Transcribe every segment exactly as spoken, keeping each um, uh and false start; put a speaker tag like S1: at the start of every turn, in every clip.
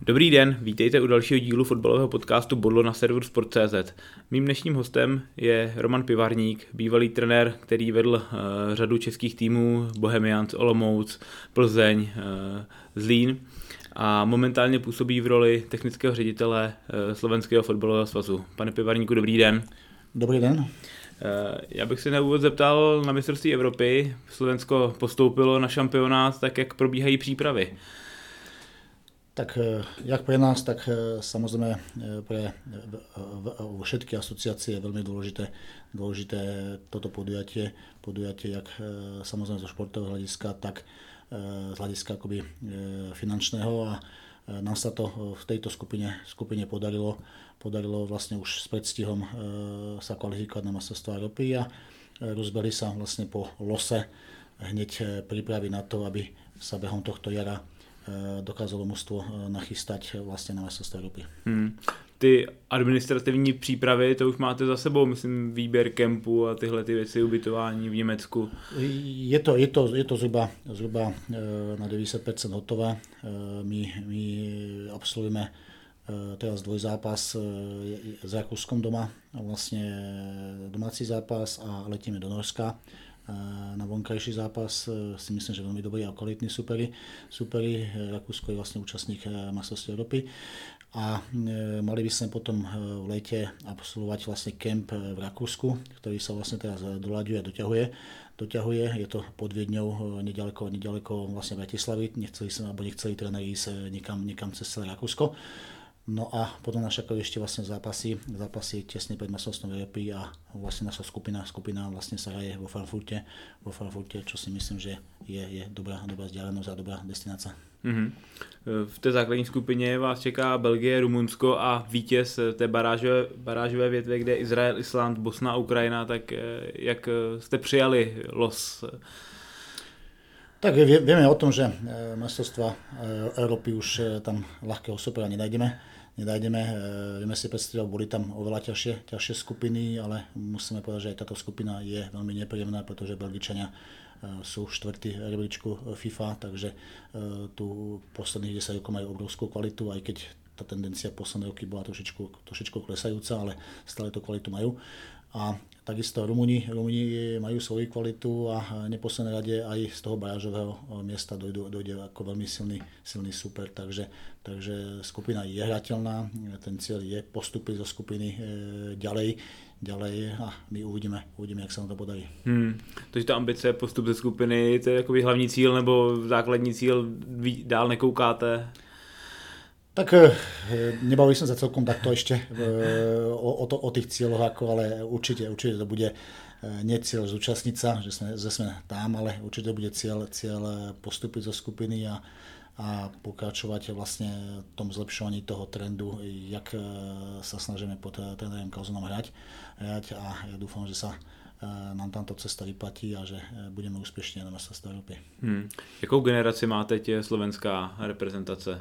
S1: Dobrý den, vítejte u dalšího dílu fotbalového podcastu Bodlo na serveru sport tečka cé zet. Mým dnešním hostem je Roman Pivarník, bývalý trenér, který vedl uh, řadu českých týmů, Bohemians, Olomouc, Plzeň, uh, Zlín a momentálně působí v roli technického ředitele uh, Slovenského fotbalového svazu. Pane Pivarníku, dobrý den.
S2: Dobrý den.
S1: Já bych se na úvod zeptal na mistrovství Evropy. Slovensko postoupilo na šampionát, tak jak probíhají přípravy?
S2: Tak jak pre nás, tak samozrejme pre všetky asociácie je veľmi dôležité, dôležité toto podujatie, podujatie jak samozrejme zo športového hľadiska, tak z hľadiska akoby finančného a nám sa to v tejto skupine, skupine podarilo, podarilo vlastne už s predstihom sa kvalifikovať na mastrovstvá Európy a rozbehli sa vlastne po lose hneď prípravy na to, aby sa behom tohto jara dokázalo mužstvo nachystať vlastne na mastrovstvá Európy.
S1: Hmm. Ty administrativní přípravy, to už máte za sebou, myslím výběr kempu a tyhle ty věci, ubytování v Německu.
S2: Je to, je to, je to zhruba, zhruba na deväťdesiat percent hotové. My, my absolvujeme teraz dvojzápas s Rakúskom doma, vlastne domáci zápas a letíme do Norska na vonkajší zápas. Si myslím, že veľmi dobrý a kvalitní superi. superi. Rakúsko je vlastne účastník mastrovstiev Európy a mali by sme potom v lete absolvovať vlastne kemp v Rakúsku, ktorý sa vlastne teraz doľaďuje a doťahuje. doťahuje. Je to pod Viedňou, nedaleko, nedaleko vlastne Bratislavy. Nechceli sa, alebo nechceli tréneri ísť niekam, niekam cez celé Rakúsko. No a potom nás čakajú ešte vlastne zápasy, zápasy tesne pred mastrovstvom Európy a vlastne naša skupina, skupina vlastne sa hraje vo Frankfurte, vo Frankfurte, čo si myslím, že je, je dobrá, dobrá vzdialenosť a dobrá destinácia.
S1: Mm-hmm. V té základní skupině vás čeká Belgie, Rumunsko a vítěz té barážové, barážové větve, kde je Izrael, Island, Bosna a Ukrajina, tak jak jste přijali los?
S2: Tak vieme o tom, že mastrovstvá Európy už tam ľahkého supera nenájdeme. Nedájdeme, vieme si predstaviť, boli tam oveľa ťažšie, ťažšie skupiny, ale musíme povedať, že aj táto skupina je veľmi nepríjemná, pretože Belgičania sú štvrtí rebríčku FIFA, takže tu posledných desať rokov majú obrovskú kvalitu, aj keď tá tendencia posledné roky bola trošičku, trošičku klesajúca, ale stále tú kvalitu majú. A takisto Rumúni, Rumúni majú svoju kvalitu a v neposlednej rade aj z toho barážového miesta dojde, dojde ako veľmi silný, silný super, takže, takže skupina je hrateľná, ten cieľ je postúpiť zo skupiny e, ďalej, ďalej a my uvidíme, uvidíme, jak sa nám to podarí.
S1: Hmm. Takže ta ambice, postup ze skupiny, to je jakoby hlavní cíl nebo základní cíl, dál nekoukáte?
S2: Tak nebavili som sa celkom takto ešte o, o, to, o tých cieľoch, ako, ale určite, určite to bude nie cieľ zúčastniť sa, že sme, že sme tam, ale určite to bude cieľ, cieľ postúpiť zo skupiny a, a pokračovať vlastne v tom zlepšovaní toho trendu, jak sa snažíme pod trénerom Klausonom hrať, hrať a ja dúfam, že sa nám tamto cesta vyplatí a že budeme úspešní na mastrovstvách Európy.
S1: Hmm. Jakou generaci má teď slovenská reprezentace?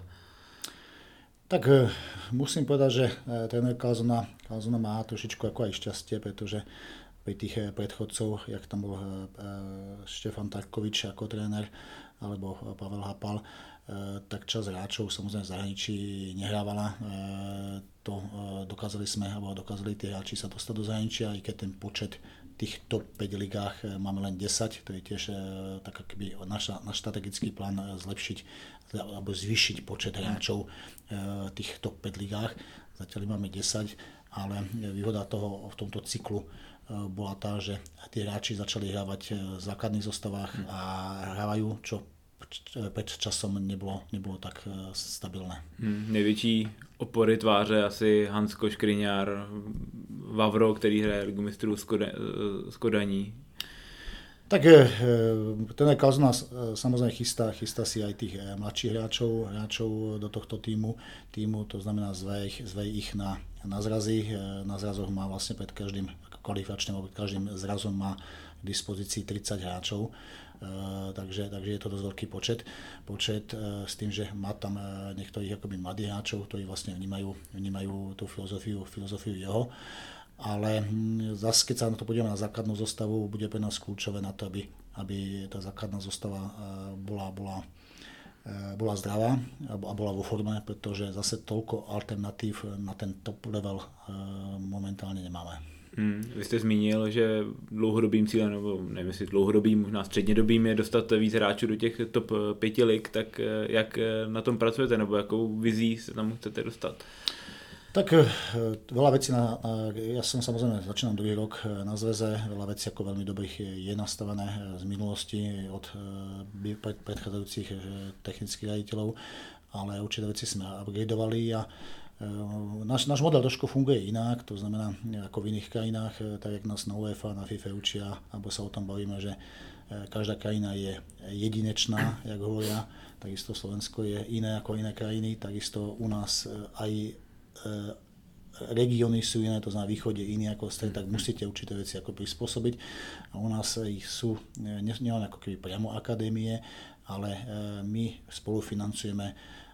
S2: Tak musím povedať, že tréner Klausona, Klausona má trošičku ako aj šťastie, pretože pri tých predchodcov, jak tam bol Štefan Tarkovič ako tréner, alebo Pavel Hapal, tak časť hráčov samozrejme v zahraničí nehrávala. To dokázali sme, alebo dokázali tí hráči sa dostať do zahraničia, aj keď ten počet tých top päť ligách máme len desať, to je tiež tak akoby náš, náš strategický plán zlepšiť alebo zvýšiť počet hráčov v tých top päť ligách. Zatiaľ máme desať, ale výhoda toho v tomto cyklu bola tá, že tí hráči začali hrávať v základných zostavách a hrávajú, čo pred časom nebylo, nebylo tak stabilné. Hmm,
S1: největší opory tváře asi Hansko Škriňár, Vavro, který hraje Ligu mistrů z Kodaní.
S2: Tak ten Klausona samozrejme chystá, chystá si aj tých mladších hráčov, hráčov do tohto týmu, týmu, to znamená zve ich, zve ich na, na zrazy. Na zrazoch má vlastne pred každým kvalifikačným, pred každým zrazom má k dispozícii tridsať hráčov. Uh, takže, takže je to dosť veľký počet, počet uh, s tým, že má tam uh, niektorých akoby mladých hráčov, ktorí vlastne vnímajú, vnímajú tú filozofiu, filozofiu jeho. Ale hm, zase, keď sa na to podívame na základnú zostavu, bude pre nás kľúčové na to, aby, aby tá základná zostava uh, bola, bola bola zdravá a bola vo forme, pretože zase toľko alternatív na ten top level momentálne nemáme.
S1: Hmm, vy jste zmínil, že dlouhodobým cílem, nebo nevím jestli dlouhodobým, možná střednědobým je dostat víc hráčů do těch top pěti lig, tak jak na tom pracujete, nebo jakou vizí se tam chcete dostat?
S2: Tak veľa vecí, na, ja som samozrejme začínam druhý rok na zväze, veľa vecí ako veľmi dobrých je nastavené z minulosti od predchádzajúcich technických riaditeľov, ale určité veci sme upgradeovali a náš, náš model trošku funguje inak, to znamená ako v iných krajinách, tak jak nás na UEFA, na FIFA učia, alebo sa o tom bavíme, že každá krajina je jedinečná, jak hovoria, takisto Slovensko je iné ako iné krajiny, takisto u nás aj regióny sú iné, to znamená východ je iný ako stred, tak musíte určité veci ako prispôsobiť. A u nás ich sú nielen ako keby priamo akadémie, ale my spolufinancujeme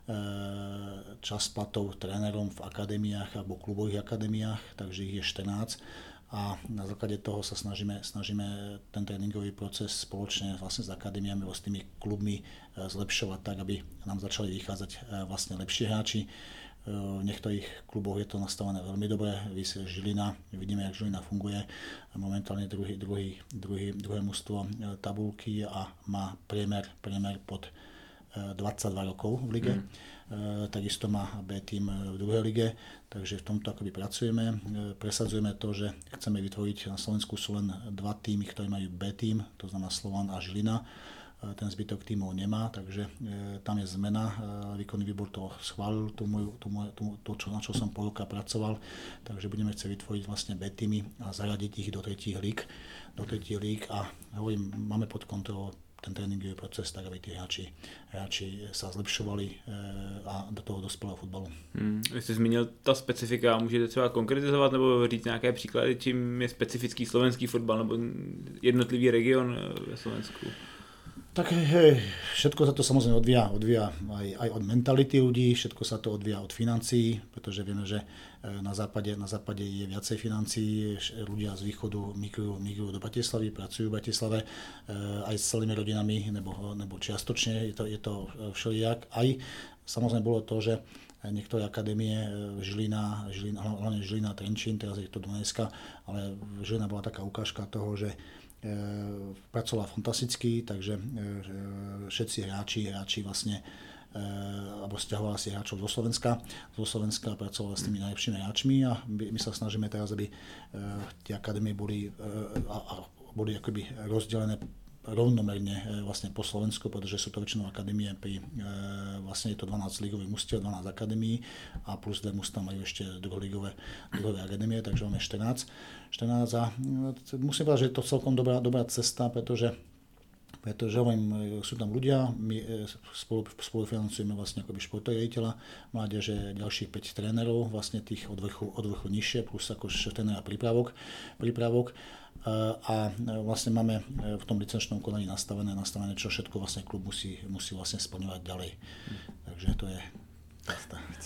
S2: čas platov trénerom v akadémiách alebo klubových akadémiách, takže ich je štrnásť. A na základe toho sa snažíme, snažíme ten tréningový proces spoločne vlastne s akadémiami, s tými klubmi zlepšovať tak, aby nám začali vychádzať vlastne lepšie hráči. V niektorých kluboch je to nastavené veľmi dobre, vysie Žilina, vidíme, jak Žilina funguje, momentálne druhý, druhý, druhý, druhé mužstvo tabulky a má priemer, priemer pod dvadsaťdva rokov v lige. Mm. Takisto má B tým v druhej lige, takže v tomto akoby pracujeme. Presadzujeme to, že chceme vytvoriť na Slovensku sú len dva týmy, ktorí majú B tým, to znamená Slovan a Žilina. Ten zbytok tímov nemá, takže e, tam je zmena. E, výkonný výbor to schválil, tú moju, tú moju, tú, to, čo, na čo som pol roka pracoval, takže budeme chcieť vytvoriť vlastne B týmy a zaradiť ich do tretích líg, do tretích líg a hovorím, máme pod kontrolou ten tréningový proces, tak aby tí hráči, hráči sa zlepšovali e, a do toho dospělého fotbalu.
S1: Hmm, vy jste zmínil ta specifika, můžete třeba konkretizovat nebo říct nějaké příklady, čím je specifický slovenský fotbal nebo jednotlivý region ve Slovensku?
S2: Tak hej, všetko sa to samozrejme odvíja, odvíja aj, aj od mentality ľudí, všetko sa to odvíja od financií, pretože vieme, že na západe, na západe je viacej financií, ľudia z východu migrujú, migrujú do Bratislavy, pracujú v Bratislave aj s celými rodinami, nebo, nebo čiastočne, je to, je to všelijak. Aj samozrejme bolo to, že niektoré akadémie, Žilina, Žilina, hlavne Žilina, Trenčín, teraz je to Dunajska, ale Žilina bola taká ukážka toho, že pracovala fantasticky, takže všetci hráči, hráči vlastne alebo stiahovala si hráčov zo Slovenska. Zo Slovenska pracovala s tými najlepšími hráčmi a my sa snažíme teraz, aby tie akadémie boli, a boli akoby rozdelené rovnomerne vlastne po Slovensku, pretože sú to väčšinou akadémie, pri, vlastne je to dvanásť ligových mužstiev, dvanásť akadémií a plus dve mužstvá majú ešte druholigové, druhové akadémie, takže máme štrnásť. štrnásť a musím povedať, že je to celkom dobrá, dobrá cesta, pretože pretože sú tam ľudia, my spolu, spolufinancujeme vlastne akoby športového riaditeľa, mládeže ďalších päť trénerov, vlastne tých od vrchu, od vrchu nižšie, plus ako šéf trénera prípravok, prípravok a vlastne máme v tom licenčnom konaní nastavené, nastavené, čo všetko vlastne klub musí, musí vlastne splňovať ďalej. Takže to je tá vec.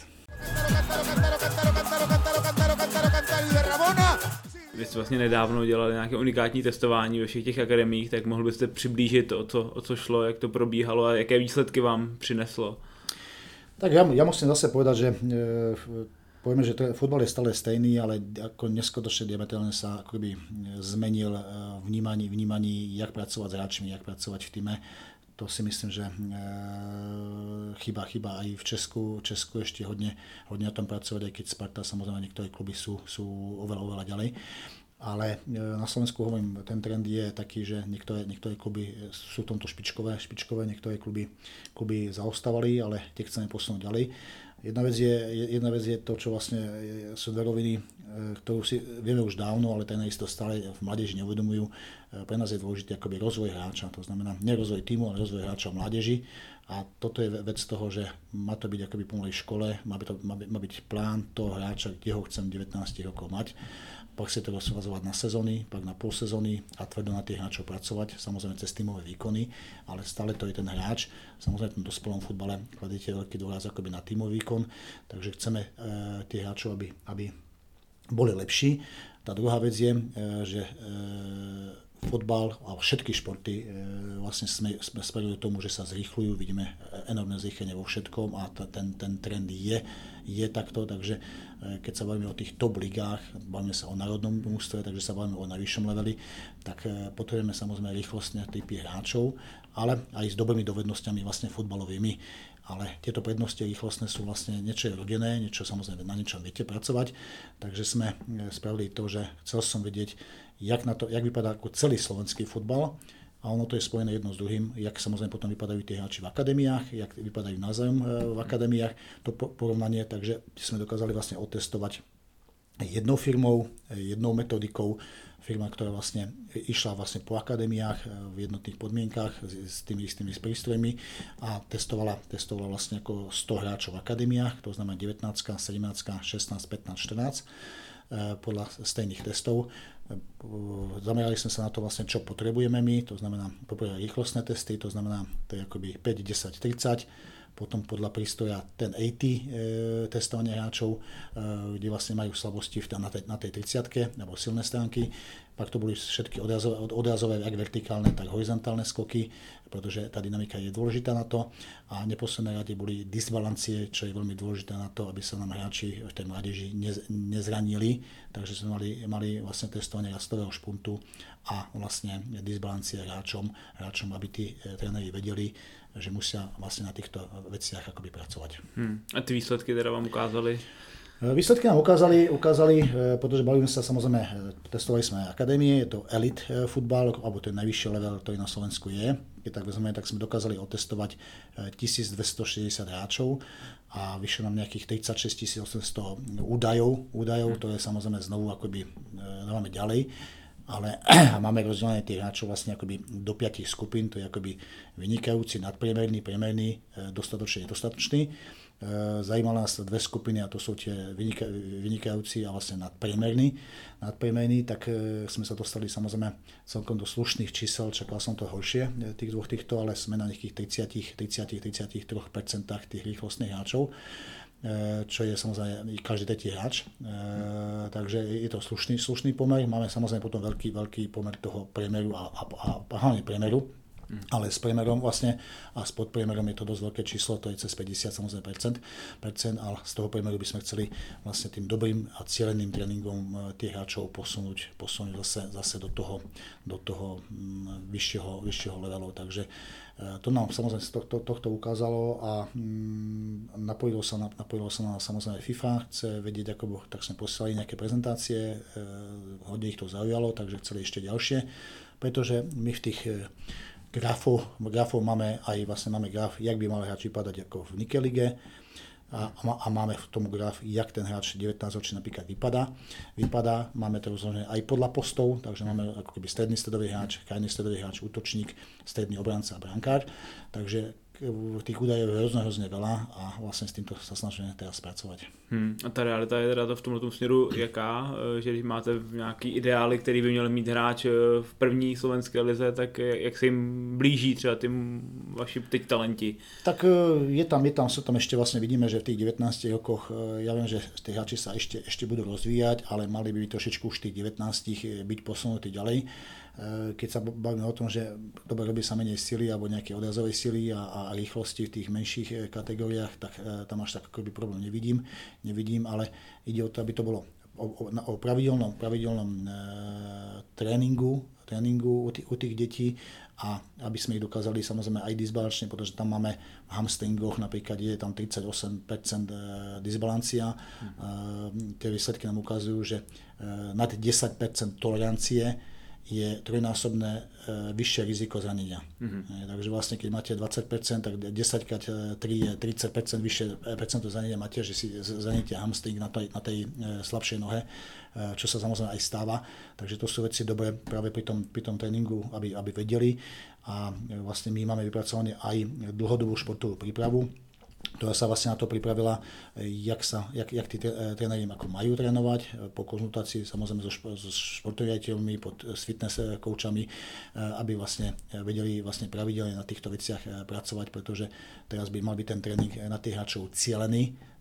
S1: Vy jste vlastně nedávno dělali nějaké unikátní testování ve všech těch akademiích, tak mohl byste přiblížit, o co, o co šlo, jak to probíhalo a jaké výsledky vám přineslo?
S2: Tak ja, ja musím zase povedať, že e, povieme, že to, fotbal je stále stejný, ale ako neskutočne diametrálne sa akoby zmenil vnímaní, vnímaní, jak pracovať s hráčmi, jak pracovať v týme. To si myslím, že e, chyba, chyba aj v Česku. V Česku ešte hodne, hodne o tom pracovať, aj keď Sparta, samozrejme niektoré kluby sú, sú oveľa, oveľa ďalej. Ale e, na Slovensku hovorím, ten trend je taký, že niektoré, niektoré kluby sú v tomto špičkové, špičkové, niektoré kluby, kluby zaostávali, ale tie chceme posunúť ďalej. Jedna vec je, jedna vec je to, čo vlastne sú dve roviny, ktorú si vieme už dávno, ale tréneri si to stále v mládeži neuvedomujú. Pre nás je dôležitý akoby rozvoj hráča, to znamená nie rozvoj tímu, ale rozvoj hráča v mládeži. A toto je vec toho, že má to byť akoby po malej škole, má, by to, má, by, má byť plán toho hráča, kde ho chcem devätnásť rokov mať. Pak si to rozvazovať na sezóny, pak na pol sezóny a tvrdo na tých hráčov pracovať, samozrejme cez tímové výkony, ale stále to je ten hráč. Samozrejme v tom dospelom futbale kladíte veľký dôraz akoby na tímový výkon, takže chceme e, tých hráčov, aby, aby boli lepší. Tá druhá vec je, e, že e, fotbal a všetky športy vlastne sme, sme smerujú tomu, že sa zrýchľujú, vidíme enormné zrýchlenie vo všetkom a t- ten, ten trend je, je takto, takže keď sa bavíme o tých top ligách, bavíme sa o národnom mužstve, takže sa bavíme o najvyššom leveli, tak potrebujeme samozrejme rýchlostne typy hráčov, ale aj s dobrými dovednosťami vlastne futbalovými. Ale tieto prednosti rýchlostné sú vlastne niečo je rodené, niečo samozrejme na niečom viete pracovať, takže sme spravili to, že chcel som vedieť, jak, na to, jak vypadá ako celý slovenský futbal a ono to je spojené jedno s druhým, jak samozrejme potom vypadajú tie hráči v akadémiách, jak vypadajú navzájom v akadémiách, to porovnanie, takže sme dokázali vlastne otestovať jednou firmou, jednou metodikou, firma, ktorá vlastne išla vlastne po akadémiách v jednotných podmienkach s tými istými prístrojmi a testovala, testovala vlastne ako sto hráčov v akadémiách, to znamená devätnásť, sedemnásť, šestnásť, pätnásť, štrnásť podľa stejných testov. Zamerali sme sa na to vlastne, čo potrebujeme my, to znamená poprvé rýchlostné testy, to znamená to je akoby päť, desať, tridsať, potom podľa prístroja ten osemdesiat e, testovania hráčov, e, kde vlastne majú slabosti na tej, na tej tridsiatke alebo silné stránky. Pak to boli všetky odrazové, odrazové jak vertikálne, tak horizontálne skoky, pretože tá dynamika je dôležitá na to. A v neposlednej rade boli disbalancie, čo je veľmi dôležité na to, aby sa nám hráči v tej mládeži nez, nezranili. Takže sme mali, mali vlastne testovanie rastového špuntu a vlastne disbalancie hráčom, hráčom, aby tí e, tréneri vedeli, že musia vlastne na týchto veciach akoby pracovať.
S1: Hmm. A ty výsledky teda vám ukázali?
S2: Výsledky nám ukázali, ukázali, pretože bavíme sa samozrejme, testovali sme akadémie, je to elite futbal, alebo to je najvyšší level, ktorý na Slovensku je. Keď tak vezmeme, tak sme dokázali otestovať tisícdvestošesťdesiat hráčov a vyšlo nám nejakých tridsaťšesť tisíc osemsto údajov, údajov, to je samozrejme znovu akoby dávame ďalej. Ale máme rozdelené tých hráčov vlastne akoby do piatich skupín, to je akoby vynikajúci, nadpriemerný, priemerný, dostatočný, nedostatočný. Zajímala nás dve skupiny a to sú tie vynikajúci a vlastne nadpriemerní. Nadpriemerní, tak sme sa dostali samozrejme celkom do slušných čísel, čakal som to horšie, tých dvoch týchto, ale sme na nejakých tridsať až tridsaťtri percent tých rýchlostných hráčov, čo je samozrejme každý tretí hráč, e, takže je to slušný, slušný pomer. Máme samozrejme potom veľký, veľký pomer toho priemeru a, a, a, a hlavne priemeru, mm. ale s priemerom vlastne a s podpriemerom je to dosť veľké číslo, to je cez päťdesiat samozrejme percent, percent, ale z toho priemeru by sme chceli vlastne tým dobrým a cieleným tréningom tých hráčov posunúť, posunúť zase, zase do toho, do toho mm, vyššieho, vyššieho levelu, takže to nám samozrejme z tohto, tohto ukázalo a mm, napojilo sa na, napojilo sa na samozrejme FIFA, chce vedieť, ako tak sme posielali nejaké prezentácie, e, hodne ich to zaujalo, takže chceli ešte ďalšie, pretože my v tých e, grafov, grafov máme aj vlastne máme graf, jak by mal hráč vypadať ako v Nike lige, A, a máme v tomu graf, jak ten hráč devätnásťročný napríklad vypadá. Vypadá, máme to rozložené aj podľa postov, takže máme ako keby stredný stredový hráč, krajný stredový hráč, útočník, stredný obranca a brankár. Takže tých údajov je hrozne, hrozne veľa a vlastne s týmto sa snažíme teraz pracovať.
S1: Hmm. A ta realita je teda to v tomto směru jaká? Že když máte nějaký ideály, který by měl mít hráč v první slovenské lize, tak jak se jim blíží třeba tým vaši teď talenti?
S2: Tak je tam, je tam, sú tam ešte vlastne vidíme, že v tých devätnástich rokoch, ja viem, že tí hráči sa ešte, ešte budú rozvíjať, ale mali by byť trošičku už v tých devätnástich byť posunutí ďalej. Keď sa bavíme o tom, že dobre robí sa menej sily alebo nejaké odrazovej sily a, a rýchlosti v tých menších kategóriách, tak tam až tak akoby problém nevidím, nevidím, ale ide o to, aby to bolo o, o, o pravidelnom, pravidelnom e, tréningu, tréningu u tých, u tých detí a aby sme ich dokázali samozrejme aj disbalančne, pretože tam máme v hamstringoch napríklad je tam tridsaťosem percent disbalancia. Mm. E, tie výsledky nám ukazujú, že e, nad desať percent tolerancie je trojnásobné e, vyššie riziko zranenia. Mm-hmm. E, takže vlastne keď máte dvadsať percent, tak desať krát tri je tridsať percent vyššie percento zranenia máte, že si zraníte hamstring na tej, na tej e, slabšej nohe, e, čo sa samozrejme aj stáva. Takže to sú veci dobré práve pri tom, pri tom tréningu, aby, aby vedeli. A e, vlastne my máme vypracované aj dlhodobú športovú prípravu, ktorá sa vlastne na to pripravila, jak, sa, jak, jak tí tréneri ako majú trénovať, po konzultácii samozrejme so, špo, so športovateľmi, s fitness coachami, aby vlastne vedeli vlastne pravidelne na týchto veciach pracovať, pretože teraz by mal byť ten tréning na tých hráčov cielený,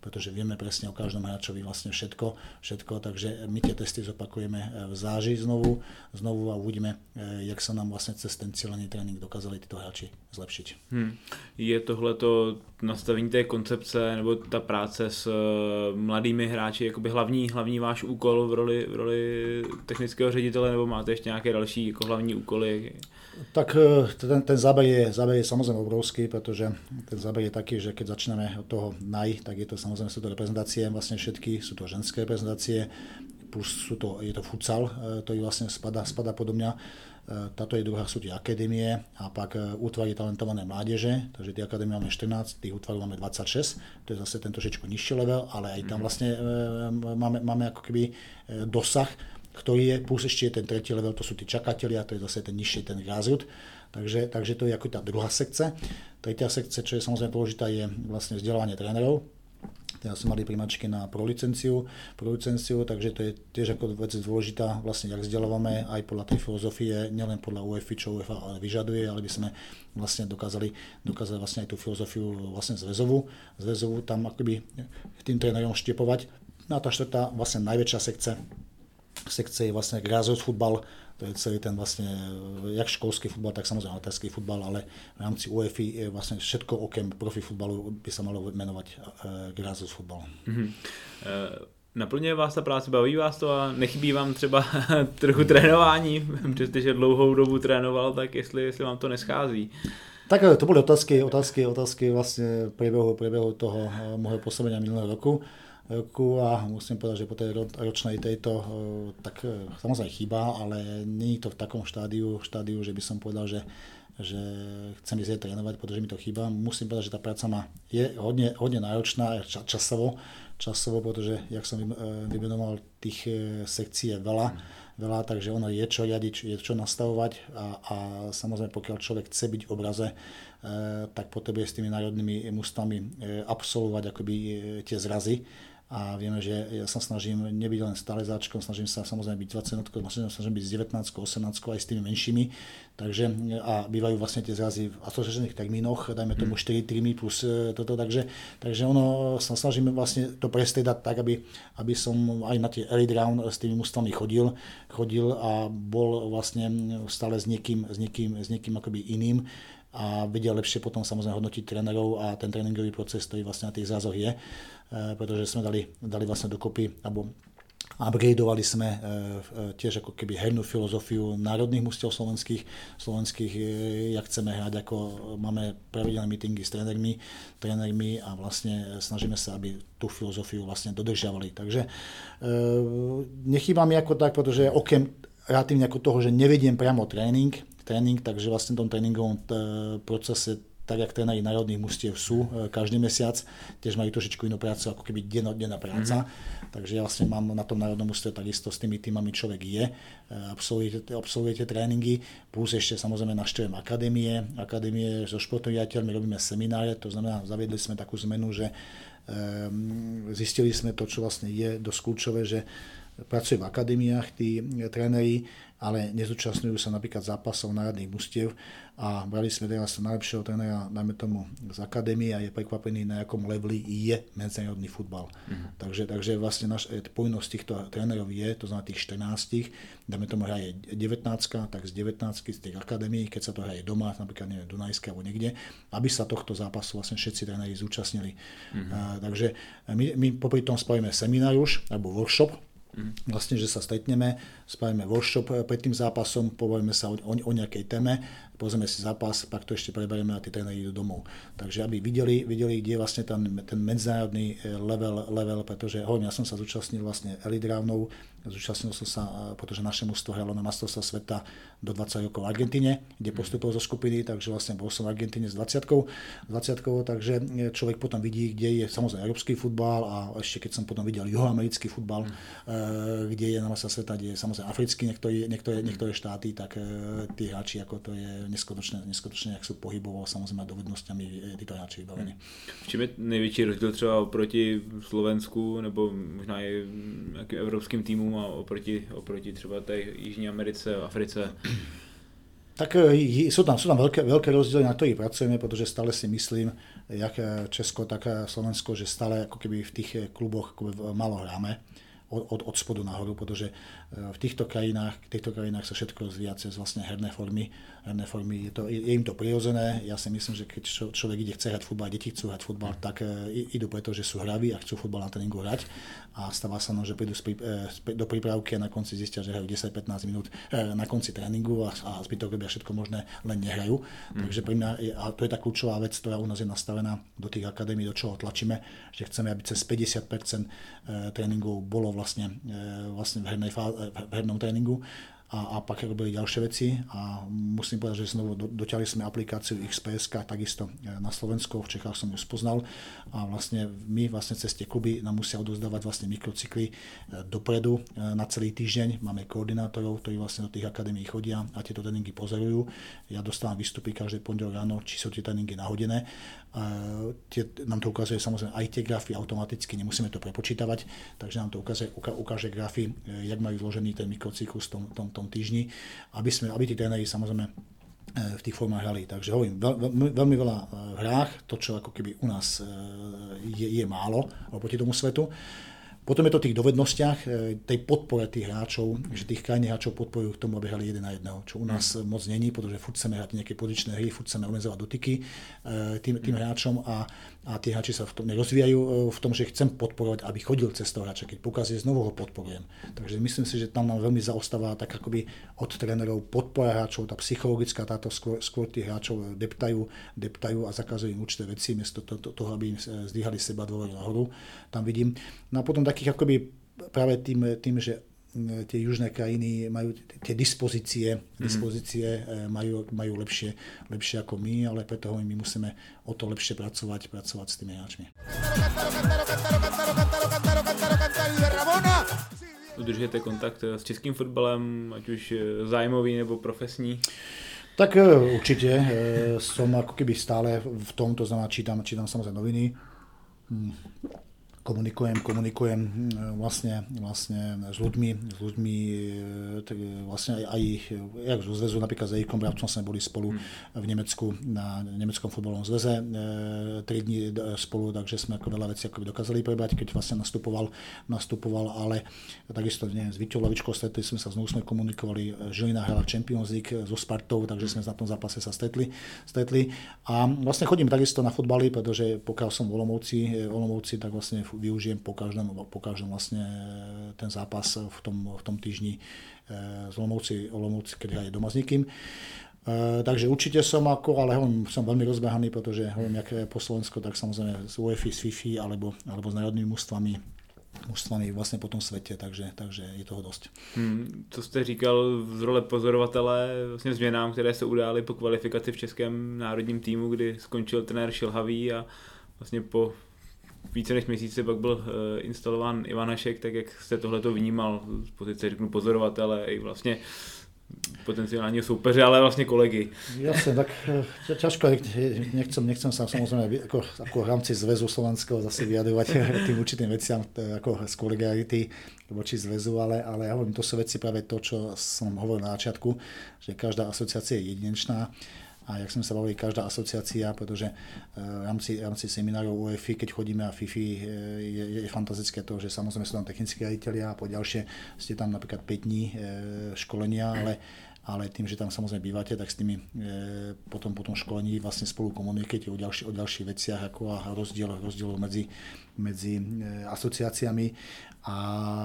S2: pretože vieme presne o každom hráčovi vlastne všetko, všetko, takže my tie testy zopakujeme v záži znovu, znovu a uvidíme, jak sa nám vlastne cez ten cieľený trénink dokázali títo hráči zlepšiť.
S1: Hmm. Je tohleto nastavení té koncepce nebo ta práce s mladými hráči jakoby hlavní, hlavní váš úkol v roli, v roli technického ředitele, nebo máte ještě nějaké další jako hlavní úkoly?
S2: Tak ten, ten záber, je, záber je samozrejme obrovský, pretože ten záber je taký, že keď začíname od toho naj, tak je to samozrejme sú to reprezentácie, vlastne všetky, sú to ženské reprezentácie, plus sú to, je to futsal, to vlastne spada, spada podo mňa. Táto je druhá, sú tie akadémie a pak útvary talentované mládeže, takže tie akadémie máme štrnásť, tých útvarov máme dvadsaťšesť, to je zase ten trošičku nižší level, ale aj tam vlastne máme, máme ako keby dosah, ktorý je, plus ešte je ten tretí level, to sú tí čakatelia, to je zase ten nižší, ten grassroot, takže, takže to je ako tá druhá sekce. Tretia sekce, čo je samozrejme dôležitá, je vlastne vzdelávanie trénerov. Teraz sme mali primačky na prolicenciu, prolicenciu, takže to je tiež ako vec dôležitá, vlastne jak vzdelávame aj podľa tej filozofie, nielen podľa U E F I, čo U E F A ale vyžaduje, ale by sme vlastne dokázali, dokázali vlastne aj tú filozofiu vlastne zväzovú, zväzovú tam akoby tým trénerom štiepovať. No a tá štvrtá, vlastne najväčšia sekce, sekce je vlastne grassroots futbal, to je celý ten vlastne, jak školský futbal, tak samozrejme amatérsky futbal, ale v rámci U E F I je vlastne všetko okrem profi futbalu by sa malo menovať uh, grassroots futbal. Mm-hmm.
S1: Uh... Naplňuje vás ta práce, baví vás to a nechybí vám třeba trochu trénování, přestože dlouhou dobu trénoval, tak jestli, jestli vám to neschází?
S2: Tak to boli otázky, otázky, otázky vlastne priebehu, priebehu toho môjho pôsobenia minulého roku. roku a musím povedať, že po tej ročnej tejto tak samozrejme chýba, ale nie je to v takom štádiu, štádiu, že by som povedal, že, že chcem ísť trénovať, pretože mi to chýba. Musím povedať, že tá práca ma je hodne, hodne náročná časovo, časovo, pretože, jak som vymenoval, tých sekcií je veľa, veľa, takže ono je čo riadiť, je čo nastavovať a, a samozrejme pokiaľ človek chce byť v obraze, tak potrebuje s tými národnými mužstvami absolvovať akoby tie zrazy. A vieme, že ja sa snažím nebyť len stále záčkom, snažím sa samozrejme byť dvadsaťnáctkou, snažím byť s devätnáctkou, osemnáctkou aj s tými menšími. Takže a bývajú vlastne tie zrazy v asociačných termínoch, dajme tomu štyri týmy plus toto, takže, takže ono sa snažíme vlastne to prestriedať tak, aby, aby som aj na tie elite round s tými mužstvami chodil, chodil a bol vlastne stále s niekým, s niekým, s niekým akoby iným a vedel lepšie potom samozrejme hodnotiť trénerov a ten tréningový proces, ktorý vlastne na tých zrazoch je, pretože sme dali, dali vlastne dokopy, alebo upgradeovali sme tiež ako keby hernú filozofiu národných mužstiev slovenských, slovenských, jak chceme hrať, ako máme pravidelné meetingy s trénermi, trénermi a vlastne snažíme sa, aby tú filozofiu vlastne dodržiavali. Takže nechýba mi ako tak, pretože okrem relatívne ako toho, že nevediem priamo tréning, tréning, takže vlastne v tom tréningovom procese, tak jak tréneri národných mužstiev sú každý mesiac, tiež majú trošičku inú prácu, ako keby dennodenná práca. Mm-hmm. Takže ja vlastne mám na tom národnom mužstve takisto s tými týmami človek je, absolvujete, absolvujete tréningy, plus ešte samozrejme navštevujem akadémie, akadémie so športovými riaditeľmi robíme semináre, to znamená, zaviedli sme takú zmenu, že um, zistili sme to, čo vlastne je dosť kľúčové, že pracujú v akadémiách tí tréneri, ale nezúčastňujú sa napríklad zápasov národných mužstiev a brali sme teraz najlepšieho trénera, najmä tomu z akadémie a je prekvapený, na jakom leveli je medzinárodný futbal. Mm-hmm. Takže, takže vlastne naš, povinnosť týchto trénerov je, to znamená tých štrnástich, dáme tomu hraje devätnástka, tak z devätnástky z tých akadémií, keď sa to hraje doma, napríklad neviem, Dunajské alebo niekde, aby sa tohto zápasu vlastne všetci tréneri zúčastnili. Mm-hmm. A, takže my, my popri tom spravíme seminár už, alebo workshop, vlastne, že sa stretneme, spravíme workshop pred tým zápasom, povieme sa o, o, o nejakej téme, pozrieme si zápas, pak to ešte preberieme a tí tréneri idú domov. Takže aby videli, videli kde je vlastne ten, ten medzinárodný level, level, pretože hovorím, ja som sa zúčastnil vlastne elite roundov, zúčastnil som sa, pretože naše mužstvo hralo na majstrovstvá sveta do dvadsať rokov v Argentíne, kde postupil zo skupiny, takže vlastne bol som v Argentíne s dvadsiatkou, dvadsiatkou, takže človek potom vidí, kde je samozrejme európsky futbal a ešte keď som potom videl juhoamerický futbal, mm. kde je na majstrovstvá sveta, kde je samozrejme africký niektoré, niektoré, niektoré štáty, tak tí hráči, ako to je neskutočné, neskutočné, jak sú pohybovo, samozrejme dovednosťami títo hráči vybavení.
S1: V čem je největší rozdíl třeba oproti Slovensku nebo možná i evropským týmům a oproti, oproti třeba té Jižní Americe, Africe?
S2: Tak sú tam, sú tam veľké, veľké rozdiely, na ktorých pracujeme, pretože stále si myslím, jak Česko, tak Slovensko, že stále ako keby v tých kluboch málo hráme od, od, od spodu nahoru, pretože v týchto krajinách, v týchto krajinách sa všetko rozvíja cez vlastne herné formy. Herné formy, je, to, je im to prirodzené. Ja si myslím, že keď čo, človek ide, chce hrať futbal, deti chcú hrať futbal, tak idú preto, že sú hraví a chcú futbal na tréningu hrať. A stáva sa nám, že prídu do prípravky a na konci zistia, že hrajú desať pätnásť minút na konci tréningu a, a zbytok robia všetko možné, len nehrajú. Mm. Takže pre mňa, a to je tá kľúčová vec, ktorá u nás je nastavená do tých akadémií, do čoho tlačíme, že chceme, aby cez päťdesiat percent tréningov bolo vlastne, vlastne v hernej fáze, v hernom tréningu a, a pak robili ďalšie veci a musím povedať, že znovu do, dotiahli sme aplikáciu X P S ka takisto na Slovensku, v Čechách som ju spoznal a vlastne my vlastne cez tie kluby nám musia odozdávať vlastne mikrocykly dopredu na celý týždeň. Máme koordinátorov, ktorí vlastne do tých akadémií chodia a tieto tréningy pozorujú. Ja dostávam výstupy každé pondelok ráno, či sú tie tréningy nahodené. Tie, nám to ukazuje samozrejme aj tie grafy automaticky, nemusíme to prepočítavať, takže nám to ukazuje, ukáže grafy, jak majú zložený ten mikrocyklus v tom, tom, tom týždni, aby, sme, aby tí tréneri samozrejme v tých formách hrali. Takže hovorím, veľ, veľmi veľa v hrách, to čo ako keby u nás je, je málo oproti tomu svetu. Potom je to v tých dovednostiach, tej podpore tých hráčov, že tých krajných hráčov podporujú k tomu, aby hrali jeden na jedného, čo u nás mm. moc není, pretože furt chceme hrať nejaké pozičné hry, furt chceme obmedzovať dotyky tým, tým hráčom a, a tí hráči sa v tom nerozvíjajú v tom, že chcem podporovať, aby chodil cez toho hráča, keď pokazí, znovu ho podporujem. Takže myslím si, že tam nám veľmi zaostáva tak akoby od trénerov podpora hráčov, tá psychologická, táto skôr, skôr tých hráčov deptajú, deptajú a zakazujú im určité veci, miesto to, to, toho, aby im zdvíhali seba dôveru nahoru. Tam vidím. No a potom takých akoby práve tým, tým, že tie južné krajiny majú tie dispozície, dispozície majú, majú lepšie, lepšie ako my, ale preto my musíme o to lepšie pracovať, pracovať s tými hráčmi.
S1: Udržujete kontakt s českým fotbalem, ať už zájmový nebo profesní?
S2: Tak určite. Som ako keby stále v tom, to znamená, čítam, čítam samozrejme noviny. Komunikujem, komunikujem vlastne, vlastne s ľuďmi, s ľuďmi vlastne aj, aj jak zo zväzu, napríklad s Erikom Bravcom sme boli spolu v Nemecku na Nemeckom futbalovom zväze tri dni spolu, takže sme ako veľa vecí ako dokázali prebrať, keď vlastne nastupoval, nastupoval, ale takisto neviem, s Víťou Lavičkou stretli sme sa, znovu sme komunikovali, Žilina hrala Champions League so Spartou, takže sme na tom zápase sa stretli, stretli a vlastne chodím takisto na futbaly, pretože pokiaľ som v Olomouci, Olomouci tak vlastne využijem po každom, po každom vlastne ten zápas v tom, v tom týždni z Olomouci, Olomouci, keď hraje doma s niekým. E, takže určite som ako, ale hovorím, som veľmi rozbehaný, pretože hovorím, jak po Slovensku, tak samozrejme z UEFA, z FIFA alebo, alebo s národnými mužstvami, mužstvami vlastne po tom svete, takže, takže je toho dosť.
S1: Hmm, co jste říkal z role pozorovatele vlastně změnám, které se udály po kvalifikaci v českém národním týmu, kdy skončil trenér Šilhavý a vlastně po více než měsíce pak byl uh, instalován Ivan Hašek, tak jak jste tohleto vnímal z pozice, řeknu, pozorovatele i vlastně potenciálního soupeře, ale vlastně kolegy.
S2: Jasne, tak ťažko, nechcem, nechcem sa samozrejme ako, ako v rámci zväzu slovenského zase vyjadrovať tým určitým veciam ako z kolegiality voči zväzu, ale, ale ja hovorím, to sú veci práve to, čo som hovoril na začiatku, že každá asociácia je jedinečná. A jak sme sa bavili, každá asociácia, pretože v rámci, v rámci seminárov UEFA, keď chodíme a FIFA, je, je fantastické to, že samozrejme sú tam technickí riaditelia a po ďalšie ste tam napríklad päť dní školenia, ale, ale tým, že tam samozrejme bývate, tak s tými potom po tom školení vlastne spolu komunikujete o, ďalší, o ďalších veciach ako a rozdiel, rozdiel medzi, medzi asociáciami. A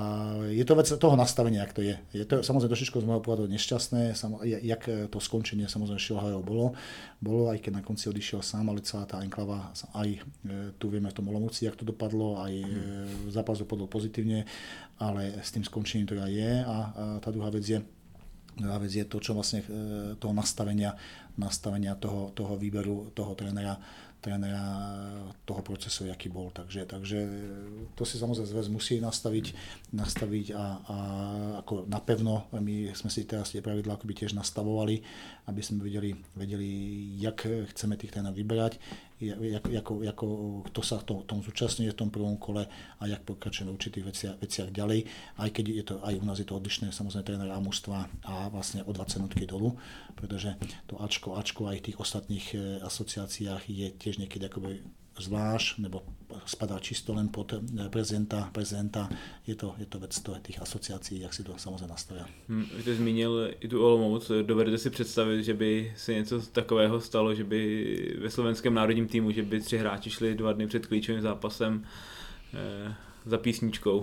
S2: je to vec toho nastavenia, jak to je. Je to samozrejme trošičko z môjho pohľadu nešťastné, jak to skončenie samozrejme Šilhavého bolo. Bolo, aj keď na konci odišiel sám, ale celá tá enklava, aj tu vieme v tom Olomouci, jak to dopadlo, aj zápas dopadol pozitívne, ale s tým skončením to aj je. A tá druhá vec je, druhá vec je to, čo vlastne toho nastavenia, nastavenia toho, toho výberu, toho trénera, trénera toho procesu, jaký bol. Takže, takže to si samozrejme zväz musí nastaviť, nastaviť a, a ako napevno, my sme si teraz tie pravidlá akoby tiež nastavovali, aby sme vedeli, vedeli, jak chceme tých trénerov vyberať, ako, ako, ako kto sa v tom zúčastňuje v tom prvom kole a jak pokračuje v určitých veciach, veciach ďalej. Aj keď je to, aj u nás je to odlišné, samozrejme tréner a mužstva a vlastne o dvadsať minútky dolu, pretože to Ačko, Ačko aj v tých ostatných asociáciách je tiež niekedy akoby zvlášť, nebo spadá čisto len pod prezidenta, prezidenta. Je to, je to vec těch asociací, jak si to samozřejmě nastavia.
S1: Hmm, vy jste zmínil i tu Olomouc. Dovedete si představit, že by se něco takového stalo, že by ve slovenském národním týmu, že by tři hráči šli dva dny před klíčovým zápasem eh, za písničkou?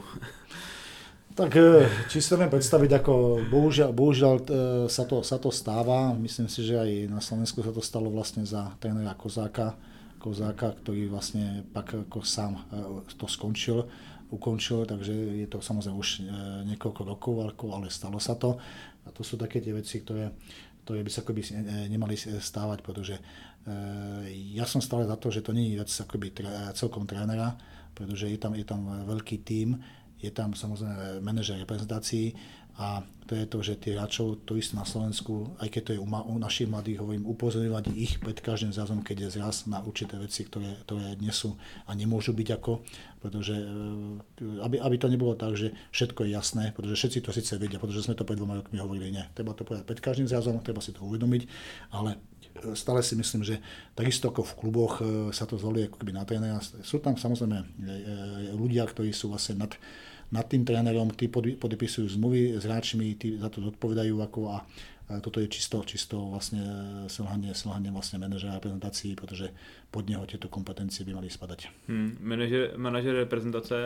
S2: Tak či si to viem predstaviť, ako bohužiaľ, bohužiaľ sa, to, sa to stáva. Myslím si, že aj na Slovensku sa to stalo vlastne za trénera Kozáka, Kozáka, ktorý vlastne pak ako sám to skončil, ukončil, takže je to samozrejme už niekoľko rokov, ale stalo sa to. A to sú také tie veci, ktoré, ktoré by sa akoby nemali stávať, pretože ja som stále za to, že to nie je vec akoby celkom trénera, pretože je tam, je tam veľký tím, je tam samozrejme manažer reprezentácií a to je to, že tí hráčov, to isté na Slovensku, aj keď to je u, ma, u našich mladých, hovorím, upozorňovať ich pred každým zrazom, keď je zraz na určité veci, ktoré, ktoré dnes sú a nemôžu byť ako, pretože aby, aby to nebolo tak, že všetko je jasné, pretože všetci to síce vedia, pretože sme to pred dvoma rokmi hovorili, nie, treba to povedať pred každým zrazom, treba si to uvedomiť, ale stále si myslím, že takisto ako v kluboch sa to zvolí ako keby na trénera. Sú tam samozrejme ľudia, ktorí sú vlastne nad nad tým trénerom, tí podpisujú zmluvy s hráčmi, tí za to zodpovedajú ako a toto je čisto, čisto vlastne selhanie, selhanie vlastne manažera reprezentácií, pretože pod neho tieto kompetencie by mali spadať.
S1: Hmm, manažer, manažer reprezentace,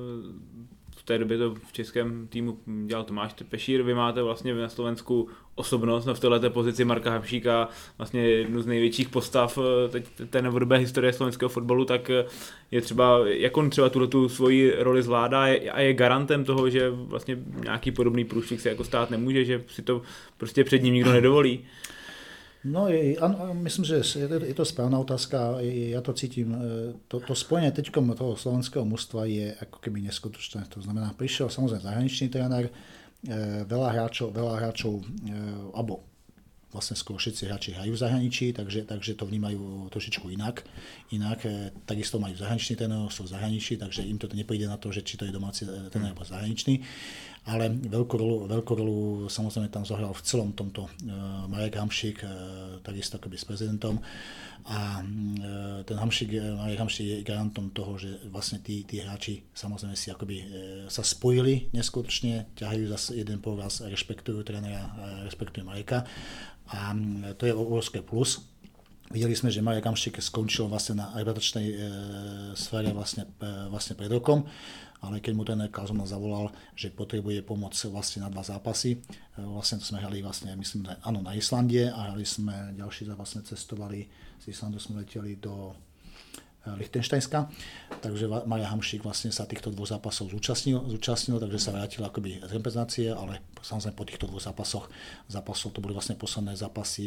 S1: v té době to v českém týmu dělal Tomáš Pešír, vy máte vlastně na Slovensku osobnost v této pozici Marka Hamšíka, vlastně jednu z největších postav teď té novodobé historie slovenského fotbalu, tak je třeba, jak on třeba tuhletu svoji roli zvládá a je garantem toho, že vlastně nějaký podobný průšvih se jako stát nemůže, že si to prostě před ním nikdo nedovolí.
S2: No, je, ano, myslím, že je to správná otázka. Ja to cítim. To, to spojenie teďkom toho slovenského mužstva je ako keby neskutočné. To znamená, prišiel samozrejme zahraničný tréner, veľa hráčov, veľa hráčov, alebo vlastne skoro všetci hráči hrajú v zahraničí, takže, takže to vnímajú trošičku inak. Inak, takisto majú zahraničný tréner, sú v zahraničí, takže im to nepríde na to, že či to je domáci tréner alebo zahraničný. Ale veľkú rolu, veľkú rolu samozrejme tam zohral v celom tomto uh, Marek Hamšík, uh, takisto akoby s prezidentom. A uh, ten Hamšík, Marek Hamšík je garantom toho, že vlastne tí, tí hráči samozrejme si akoby uh, sa spojili neskutočne, ťahajú zase jeden povraz, rešpektujú trénera, rešpektujú Mareka. A um, to je obrovské plus. Videli sme, že Marek Hamšík skončil vlastne na reprezentačnej e, sfére vlastne, e, vlastne pred rokom, ale keď mu ten Kazuma zavolal, že potrebuje pomoc vlastne na dva zápasy, e, vlastne to sme hrali vlastne, myslím, áno, na Islande a hrali sme, ďalší vlastne cestovali, z Islandu sme leteli do Lichtensteinska, takže Marek Hamšík vlastne sa týchto dvoch zápasov zúčastnil, zúčastnil, takže sa vrátil akoby z reprezentácie, ale samozrejme po týchto dvoch zápasoch, zápasov to boli vlastne posledné zápasy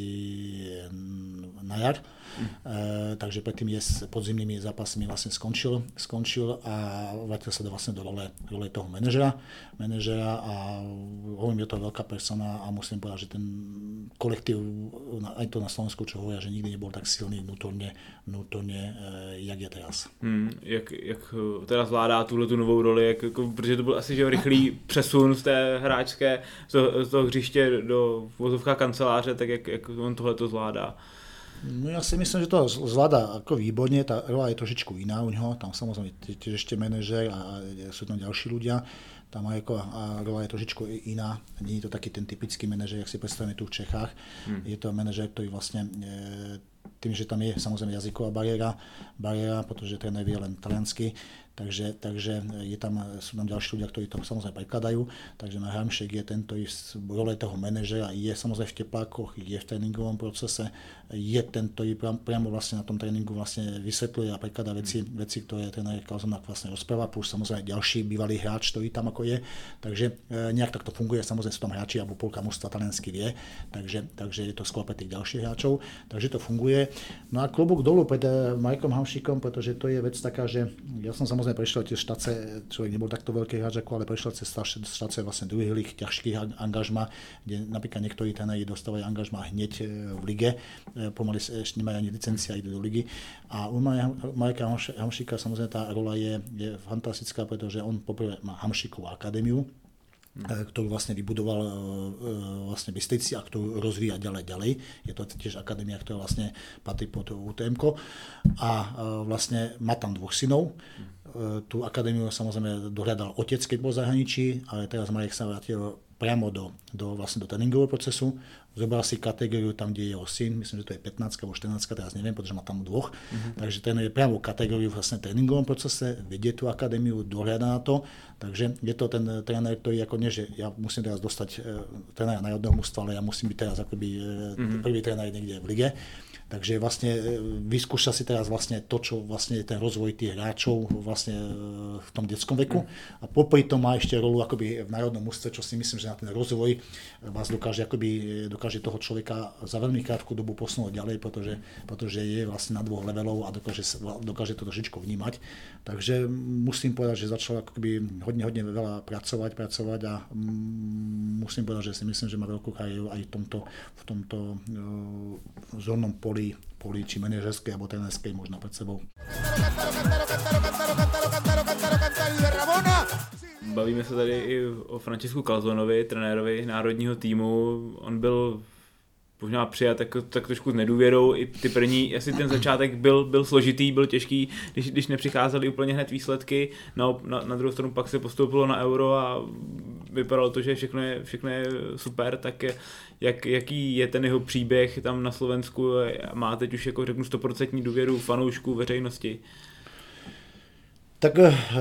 S2: na jar, mm. e, takže predtým je s podzimnými zápasmi vlastne skončil, skončil a vrátil sa do, vlastne do role, role toho manažera, manažera a hovorím, je to veľká persona a musím povedať, že ten kolektív, aj to na Slovensku, čo hovoria, že nikdy nebol tak silný vnútorne, vnútorne e, jak je teraz.
S1: Hmm, jak, jak teda zvládá tuhle tu novou roli, jak, jako, protože to byl asi že rychlý přesun z té hráčské, z toho, z toho hřiště do vozovka kanceláře, tak jak, jak on tohle to zvládá?
S2: No ja si myslím, že to zvláda ako výborne, tá rola je trošičku iná u ňoho, tam samozrejme tiež ešte manažer a sú tam ďalší ľudia, tam aj ako rola je trošičku iná, nie je to taký ten typický manažer, jak si predstavíme tu v Čechách, hmm. je to manažer, ktorý vlastne tým, že tam je samozrejme jazyková bariéra, bariéra, pretože tréner vie len taliansky, takže, takže je tam, sú tam ďalší ľudia, ktorí to samozrejme prekladajú, takže Marek Hamšík je tento z role toho manažera, je samozrejme v teplákoch, je v tréningovom procese, je ten, ktorý priamo vlastne na tom tréningu vlastne vysvetľuje a prekladá veci, veci ktoré tréner Kalzonák vlastne rozpráva, plus samozrejme ďalší bývalý hráč, ktorý tam ako je, takže nejak takto funguje, samozrejme sú tam hráči, alebo polka mužstva taliansky vie, takže, takže je to skôr pre tých ďalších hráčov, takže to funguje. No a klobúk dolu pred Markom Hamšíkom, pretože to je vec taká, že ja som samozrejme samozrejme prešiel tie štace, človek nebol takto veľký hráč ako, ale prešiel cez štace vlastne druhých líg, ťažkých angažmá, kde napríklad niektorí tréneri dostávajú angažmá hneď v lige, pomaly ešte nemajú ani licencia, idú do ligy. A u Mareka Hamšíka samozrejme tá rola je, je fantastická, pretože on poprvé má Hamšíkovú akadémiu, ktorú vlastne vybudoval vlastne v Bystrici a ktorú rozvíja ďalej ďalej. Je to tiež akadémia, ktorá vlastne patrí pod ú té emko a vlastne má tam dvoch synov. Tú akadémiu samozrejme dohľadal otec, keď bol v zahraničí, ale teraz Marek sa vrátil priamo do, do, vlastne do tréningového procesu. Zobral si kategóriu tam, kde je jeho syn, myslím, že to je pätnásť alebo štrnásť, teraz neviem, pretože má tam dvoch. Mm-hmm. Takže trénuje priamo kategóriu vlastne v tréningovom procese, vedie tú akadémiu, dohľadá na to. Takže je to ten tréner, ktorý ako nie, že ja musím teraz dostať e, trénera národného mužstva, ale ja musím byť teraz akoby e, mm-hmm. prvý tréner niekde v lige. Takže vlastne vyskúša si teraz vlastne to, čo vlastne je ten rozvoj tých hráčov vlastne v tom detskom veku a popri tom má ešte rolu akoby v národnom mužstve, čo si myslím, že na ten rozvoj vás dokáže, akoby, dokáže toho človeka za veľmi krátku dobu posunúť ďalej, pretože, pretože je vlastne na dvoch levelov a dokáže, dokáže to trošičku vnímať. Takže musím povedať, že začal akoby hodne, hodne veľa pracovať, pracovať a musím povedať, že si myslím, že má veľkú kariéru aj v tomto, v tomto uh, zónnom poli, poli či manažerskej alebo trénerskej možno pred sebou.
S1: Bavíme se tady i o Francisku Calzonovi, trenérovi národního týmu. On byl možná přijat tak, tak trošku s nedůvěrou. I ty první, asi ten začátek byl, byl složitý, byl těžký, když, když nepřicházely úplně hned výsledky. No, na, na druhou stranu pak se postoupilo na Euro a vypadalo to, že všechno je, všechno je super. Tak jak, jaký je ten jeho příběh tam na Slovensku? Má teď už, jako řeknu, sto procent důvěru fanoušků, veřejnosti?
S2: Tak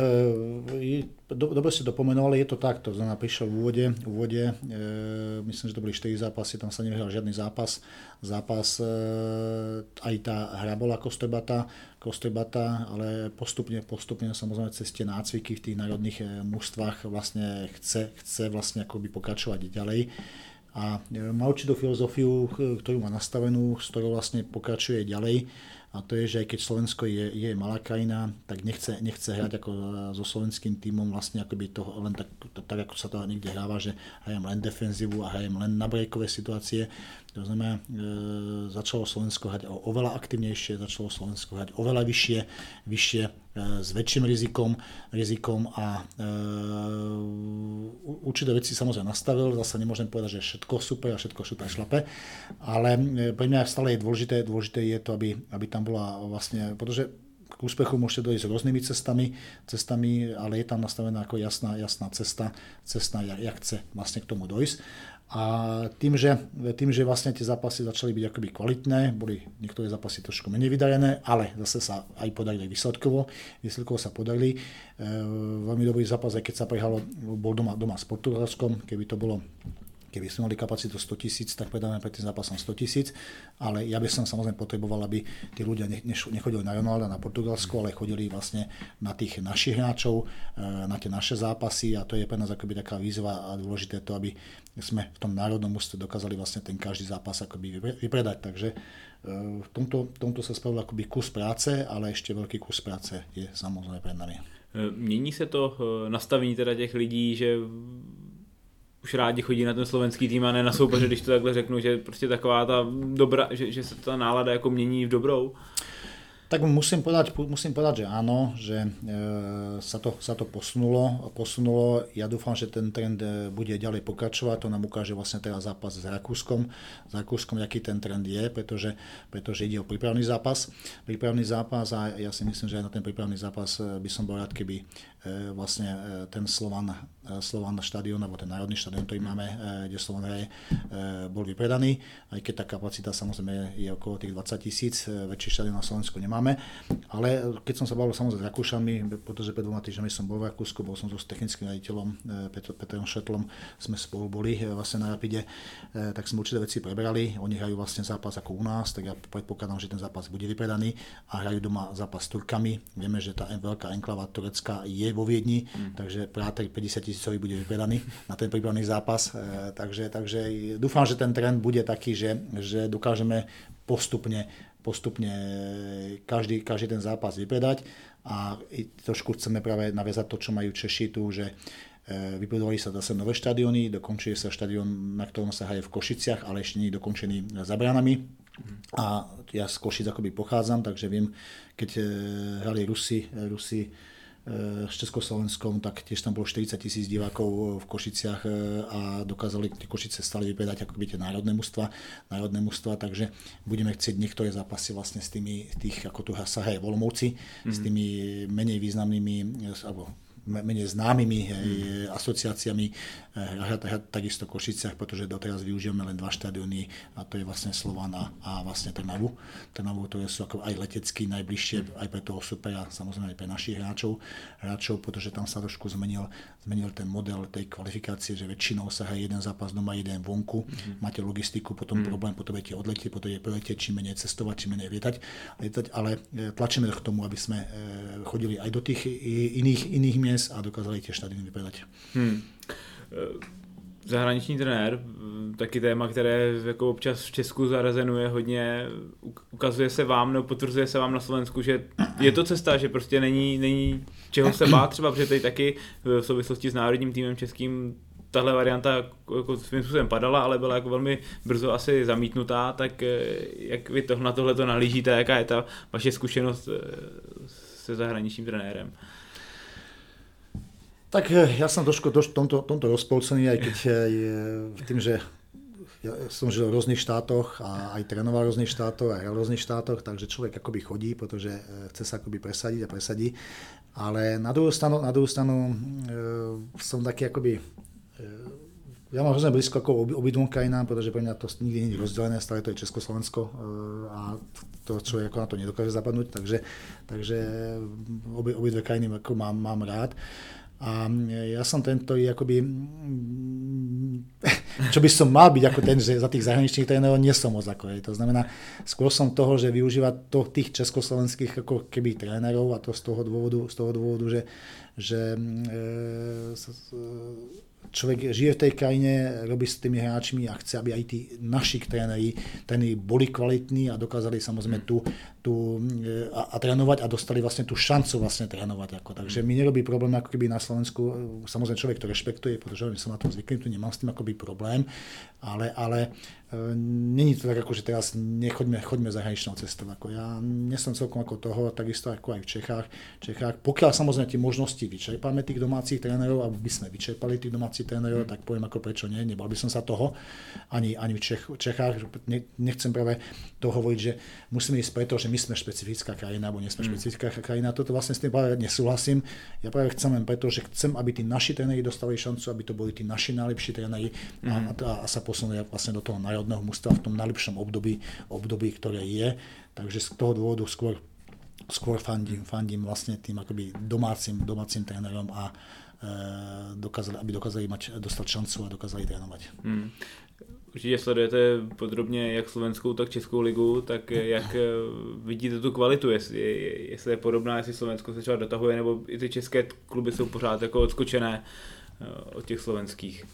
S2: dobre si dopomenul, ale je to tak, to znamená, prišiel v úvode, v úvode e, myslím, že to boli štyri zápasy, tam sa nevyhral žiadny zápas, zápas e, aj tá hra bola kostrbata, kostrbata, ale postupne, postupne samozrejme cez tie nácviky v tých národných mužstvách vlastne chce, chce vlastne akoby pokračovať ďalej. A má určitú filozofiu, ktorú má nastavenú, s ktorou vlastne pokračuje ďalej. A to je, že aj keď Slovensko je, je malá krajina, tak nechce, nechce hrať ako so slovenským tímom vlastne akoby to len tak, tak, ako sa to niekde hráva, že hrajem len defenzívu a hrajem len na breakové situácie. To znamená, e, začalo Slovensko hrať o, oveľa aktivnejšie, začalo Slovensko hrať oveľa vyššie, vyššie e, s väčším rizikom, rizikom a e, určité veci samozrejme nastavil, zase nemôžem povedať, že všetko super a všetko super šlape, ale pre mňa stále je dôležité, dôležité je to, aby, aby tam bola vlastne, pretože k úspechu môžete dojsť rôznymi cestami, cestami, ale je tam nastavená ako jasná, jasná cesta, cesta, jak, jak chce vlastne k tomu dojsť. A tým že, tým, že vlastne tie zápasy začali byť akoby kvalitné, boli niektoré zápasy trošku menej vydarené, ale zase sa aj podarili výsledkovo, výsledkovo sa podarili. E, veľmi dobrý zápas, aj keď sa prehalo, bol doma, doma s Portugalskom, keby to bolo Keby sme mali kapacitu sto tisíc, tak predáme pred tým zápasom sto tisíc, ale ja by som samozrejme potreboval, aby tí ľudia nechodili na Ronalda, na Portugalsko, ale chodili vlastne na tých našich hráčov, na tie naše zápasy a to je pre nás akoby taká výzva a dôležité to, aby sme v tom národnom mužstve dokázali vlastne ten každý zápas akoby vypredať. Takže v tomto, v tomto sa spravil akoby kus práce, ale ešte veľký kus práce je samozrejme pred nami.
S1: Mění se to nastavení teda těch lidí, že už rádi chodí na ten slovenský tým a ne na soupeře, když to takhle řeknu, že prostě taková ta dobrá, že, že se ta nálada jako mění v dobrou?
S2: Tak musím povedať, musím povedať, že áno, že e, sa, to, sa to posunulo, posunulo. Ja dúfam, že ten trend bude ďalej pokračovať. To nám ukáže vlastne teraz zápas s Rakúskom. S Rakúskom, aký ten trend je, pretože, pretože ide o prípravný zápas. Prípravný zápas a ja si myslím, že aj na ten prípravný zápas by som bol rád, keby e, vlastne ten Slovan, Slovan štadión, alebo ten národný štadión, ktorý máme, e, kde Slovan hraje, e, bol vypredaný. Aj keď tá kapacita samozrejme je okolo tých dvadsať tisíc, väčší štadión na Slovensku nemáme. Ale keď som sa bavil samozrejme s Rakúšanmi, pretože pred dvoma týždňami som bol v Rakúsku, bol som so s technickým riaditeľom Petr, Petrom Šetlom, sme spolu boli vlastne na Rapide, tak sme určité veci prebrali. Oni hrajú vlastne zápas ako u nás, tak ja predpokladám, že ten zápas bude vypredaný a hrajú doma zápas s Turkami. Vieme, že tá veľká enklava Turecka je vo Viedni, mm. takže prátek päťdesiat tisícový bude vypredaný na ten prípravný zápas. Takže, takže dúfam, že ten trend bude taký, že, že dokážeme postupne postupne každý, každý ten zápas vypredať a trošku chceme práve naviazať to, čo majú Češi tu, že vybudovali sa zase nové štadióny, dokončuje sa štadión, na ktorom sa hraje v Košiciach, ale ešte nie je dokončený za bránami. A ja z Košic akoby pochádzam, takže viem, keď hrali Rusi, Rusi s Československom, tak tiež tam bolo štyridsať tisíc divákov v Košiciach a dokázali tie Košice stále vypredať ako by tie národné mužstva, národné mužstva, takže budeme chcieť niektoré zápasy vlastne s tými, tých, ako tu sa hraje v Olomouci, mm-hmm. s tými menej významnými, alebo menej známymi hej, asociáciami hrať takisto v Košiciach, pretože doteraz využívame len dva štadióny a to je vlastne Slovan a, a vlastne Trnavu. Trnavu, ktoré sú ako aj letecky najbližšie, aj pre toho supera, samozrejme aj pre našich hráčov, hráčov, pretože tam sa trošku zmenil, zmenil ten model tej kvalifikácie, že väčšinou sa hraje jeden zápas doma, jeden vonku, mm-hmm. máte logistiku, potom mm-hmm. problém, potrebujete odletieť, potrebujete preletieť, čím menej cestovať, čím menej lietať, lietať, ale tlačíme k tomu, aby sme chodili aj do tých iných, iných miest a dokázali tie štadiony vypredať. Hmm.
S1: Zahraniční trenér, taky téma, které jako občas v Česku zarezenuje hodně, ukazuje se vám, nebo potvrzuje se vám na Slovensku, že je to cesta, že prostě není, není čeho se bát třeba, protože tady taky v souvislosti s národním týmem českým tahle varianta jako svým způsobem padala, ale byla jako velmi brzo asi zamítnutá, tak jak vy to, na tohle to nahlížíte, jaká je ta vaše zkušenost se zahraničním trenérem?
S2: Tak ja som trošku v tomto, tomto rozpolcený, aj keď je tým, že ja som žil v rôznych štátoch a aj trénoval v rôznych štátoch a hral v rôznych štátoch, takže človek akoby chodí, pretože chce sa akoby presadiť a presadí. Ale na druhú stranu, na druhú stranu e, som taký akoby... E, ja mám hrozne blízko ako obidvom krajinám, pretože pre mňa to nikdy nie je rozdelené, stále to je Československo e, a to človek ako na to nedokáže zapadnúť, takže, takže obi, obidve krajiny ako mám, mám rád. A ja som tento akoby, čo by som mal byť ako ten, že za tých zahraničných trénerov nie som moc ako je. To znamená, skôr som toho, že využívať to, tých československých ako keby trénerov a to z toho dôvodu, z toho dôvodu že, že e, človek žije v tej krajine, robí s tými hráčmi a chce, aby aj tí naši tréneri, tréneri boli kvalitní a dokázali samozrejme tu, tu a, a trénovať a dostali vlastne tú šancu vlastne trénovať. Ako. Takže mi nerobí problém ako keby na Slovensku, samozrejme človek to rešpektuje, pretože som na tom zvyknutý, nemám s tým akoby problém, ale, ale není to tak, ako, že teraz nechoďme, choďme zahraničnou cestou. Ako ja nie som celkom ako toho, takisto ako aj v Čechách. Čechách. Pokiaľ samozrejme tie možnosti vyčerpáme tých domácich trénerov, aby sme vyčerpali tých domácich trénerov, tak poviem ako prečo nie, nebal by som sa toho ani, ani v Čech, Čechách. Nechcem práve to hovoriť, že musíme ísť preto, že my sme špecifická krajina, alebo nie sme špecifická krajina. Toto vlastne s tým práve nesúhlasím. Ja práve chcem len preto, že chcem, aby tí naši tréneri dostali šancu, aby to boli tí naši najlepší tréneri a, a, a sa posunuli vlastne do toho národného mužstva v tom najlepšom období, období, ktoré je. Takže z toho dôvodu skôr, skôr fandím, fandím vlastne tým akoby domácim, domácim trénerom a e, dokázali, aby dokázali mať, dostať šancu a dokázali trénovať. Hmm.
S1: Určitě sledujete podrobně jak slovenskou, tak českou ligu, tak jak vidíte tu kvalitu, jestli, jestli je podobná, jestli Slovensko se třeba dotahuje, nebo i ty české kluby jsou pořád jako odskočené od těch slovenských?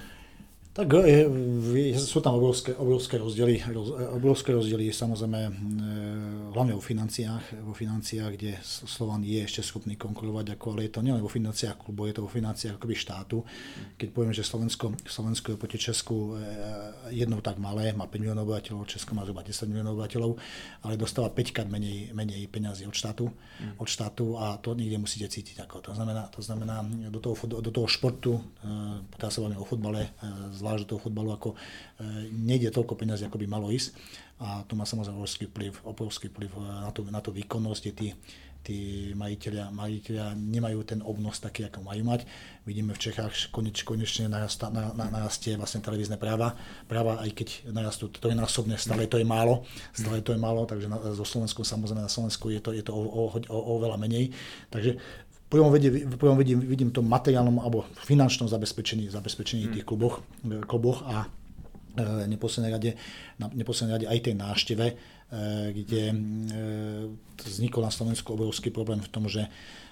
S2: Tak je, sú tam obrovské, obrovské rozdiely, roz, obrovské rozdiely samozrejme hlavne vo financiách, vo financiách, kde Slovan je ešte schopný konkurovať, ako, ale je to nielen vo financiách klubu, je to vo financiách akoby štátu. Keď poviem, že Slovensko, Slovensko je proti Česku jednou tak malé, má päť miliónov obyvateľov, Česko má zhruba desať miliónov obyvateľov, ale dostáva päťkrát menej, menej peňazí od štátu, mm. od štátu a to niekde musíte cítiť. Ako. To znamená, to znamená do, toho, do toho športu, teraz sa bavíme o futbale, zvlášť do toho futbalu, ako e, nejde toľko peniazí, ako by malo ísť. A to má samozrejme obrovský vplyv, obrovský vplyv na tú, na tú výkonnosť, kde tí, tí majiteľia, majiteľia nemajú ten obnos taký, ako majú mať. Vidíme v Čechách koneč, konečne narastá, na, na, narastie vlastne televízne práva. Práva, aj keď narastú trojnásobne, stále to je málo, stále to je málo, takže na, zo Slovensku, samozrejme na Slovensku je to, je to o, o, o, o veľa menej. Takže v prvom vidím, vidím to materiálnom alebo finančnom zabezpečení, zabezpečení tých kluboch, kluboch a v neposlednej rade, na neposlednej rade aj tej návšteve, kde vznikol na Slovensku obrovský problém v tom, že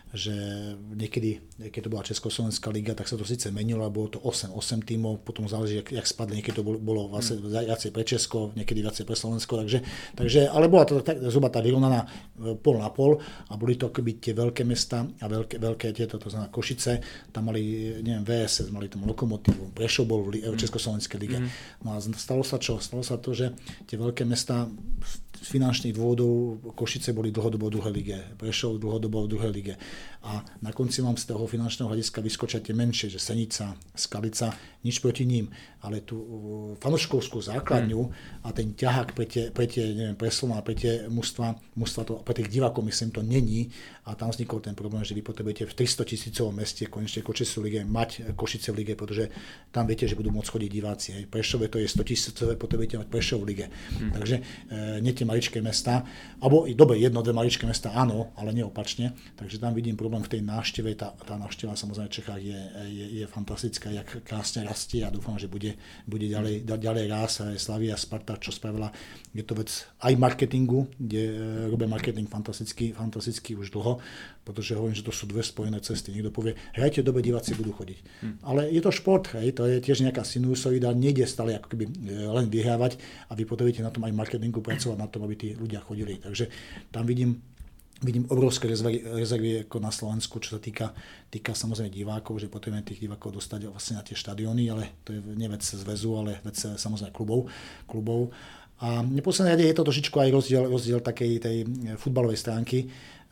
S2: že niekedy, keď to bola Československá liga, tak sa to síce menilo, bolo to osem osem tímov, potom záleží, jak, jak spadli, niekedy to bolo, bolo vlastne viacej pre Česko, niekedy viacej pre Slovensko, takže, takže ale bola to tak, zhruba tá vyrovnaná pol na pol a boli to akoby tie veľké mesta a veľké, veľké tieto, to znamená Košice, tam mali, neviem, vé es es, mali tam Lokomotívu, Prešov bol v, v Československej lige. No a stalo sa čo? Stalo sa to, že tie veľké mesta z finančných dôvodov Košice boli dlhodobo v druhej lige, Prešov dlhodobo v druhej lige. A na konci vám z toho finančného hľadiska vyskočia tie menšie, že Senica, Skalica, nič proti ním, ale tú fanúškovskú základňu hmm. a ten ťahák pre tie, pre tie neviem, pre Slovana, pre tie mužstva, mužstva to, pre tých divákov, myslím, to není. A tam vznikol ten problém, že vy potrebujete v tristotisícovom meste konečne Košice v lige mať Košice v lige, pretože tam viete, že budú môcť chodiť diváci. Hej. Prešove to je stotisícové, potrebujete mať Prešov v lige. Hmm. Takže e, nie tie maličké mestá, alebo dobre, jedno, dve maličké mestá, áno, ale neopačne. Takže tam vidím problém v tej návšteve. Tá, tá návšteva samozrejme v Čechách je, je, je fantastická, jak krásne rastie a dúfam, že bude, bude ďalej, ďalej rásť. Slavia, Sparta, čo spravila, je to vec aj marketingu, kde robia marketing fantastický, fantastický už dlho, pretože hovorím, že to sú dve spojené cesty. Niekto povie, hrajte dobre, diváci budú chodiť. Hmm. Ale je to šport, hej, to je tiež nejaká sinusoida, nejde stále ako keby len vyhrávať a vy potrebujete na tom aj marketingu pracovať na tom, aby tí ľudia chodili. Takže tam vidím Vidím obrovské rezervy, rezervy ako na Slovensku, čo sa týka, týka samozrejme divákov, že potrebujeme tých divákov dostať vlastne na tie štadióny, ale to je nie vec zväzu, ale vec samozrejme klubov. klubov. A v neposlednej rade je to trošičku aj rozdiel, rozdiel takej tej futbalovej stránky.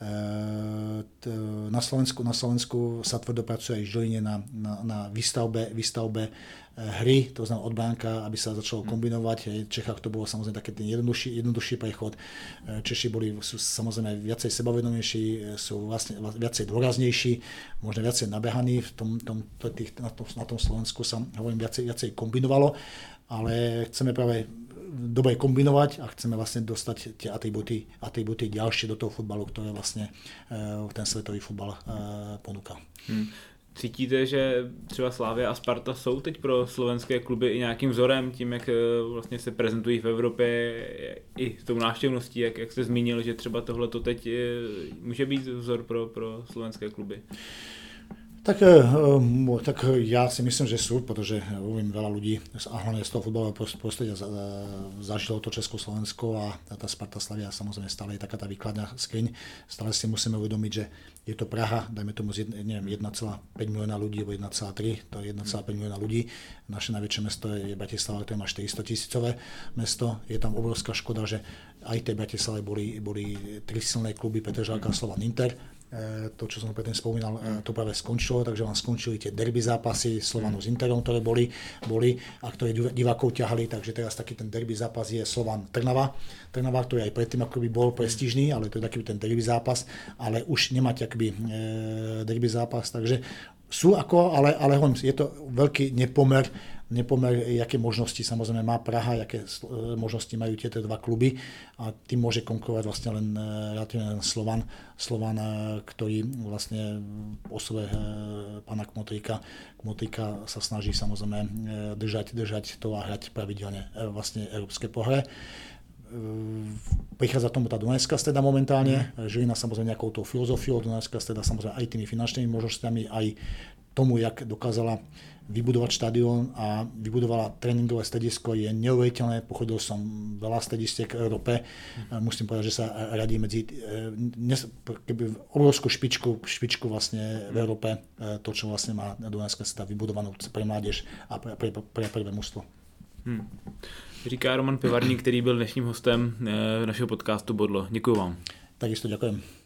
S2: Na Slovensku, na Slovensku sa tvrdo pracuje aj v Žiline na, na, na výstavbe, výstavbe hry, to znamená od bránka, aby sa začalo kombinovať. V Čechách to bolo samozrejme taký ten jednoduchší, jednoduchší prechod. Češi boli, sú samozrejme viacej sebavedomejší, sú vlastne viacej dôraznejší, možno viacej nabehaní. V tom, tom, tých, na, tom, na tom Slovensku sa hovorím viacej, viacej kombinovalo, ale chceme práve dobre kombinovať a chceme vlastne dostať tie atributy, atributy ďalšie do toho futbalu, ktoré vlastne uh, ten svetový futbal uh, ponúka. Hmm.
S1: Cítíte, že třeba Slavia a Sparta jsou teď pro slovenské kluby i nějakým vzorem, tím, jak vlastně se prezentují v Evropě i s tou návštěvností, jak, jak jste zmínil, že třeba tohle to teď může být vzor pro, pro slovenské kluby?
S2: Tak, tak ja si myslím, že sú, pretože viem, veľa ľudí a hlavne z toho futbalového prostredia zažilo to Československo a tá Sparta Slavia samozrejme stále je taká tá výkladná skriň. Stále si musíme uvedomiť, že je to Praha, dajme tomu z jeden celá päť milióna ľudí, alebo jeden celá tri, to je jeden celá päť milióna ľudí. Naše najväčšie mesto je Bratislava, ktoré má štyristotisícové mesto. Je tam obrovská škoda, že aj tej Bratislave boli, boli tri silné kluby, Petržalka, Slovan, Inter. To, čo som predtým spomínal, to práve skončilo, takže vám skončili tie derby zápasy Slovanu s Interom, ktoré boli, boli a ktoré divákov ťahali, takže teraz taký ten derby zápas je Slovan Trnava. Trnava, ktorý aj predtým akoby bol prestížny, ale to je taký ten derby zápas, ale už nemáte akoby e, derby zápas, takže sú ako, ale, ale je to veľký nepomer, nepomer, jaké možnosti samozrejme má Praha, jaké možnosti majú tieto dva kluby a tým môže konkurovať vlastne len relatívne len Slovan, Slovan, ktorý vlastne v osobe pána Kmotríka, Kmotríka sa snaží samozrejme držať, držať to a hrať pravidelne vlastne európske poháre. Prichádza tomu tá Dunajská streda momentálne, Žilina samozrejme nejakou tou filozofiou, Dunajská streda samozrejme aj tými finančnými možnosťami, aj tomu, jak dokázala vybudovať štadión a vybudovala tréningové stredisko, je neuveriteľné. Pochodil som veľa stredistiek v Európe. Musím povedať, že sa radí medzi keby, obrovskú špičku, špičku vlastne v Európe, to, čo vlastne má Dunajská streda vybudovanú pre mládež a pre, pre, pre prvé mužstvo.
S1: Hmm. Říká Roman Pivarník, který byl dnešním hostem našeho podcastu Bodlo. Děkuji vám.
S2: Takisto ďakujem.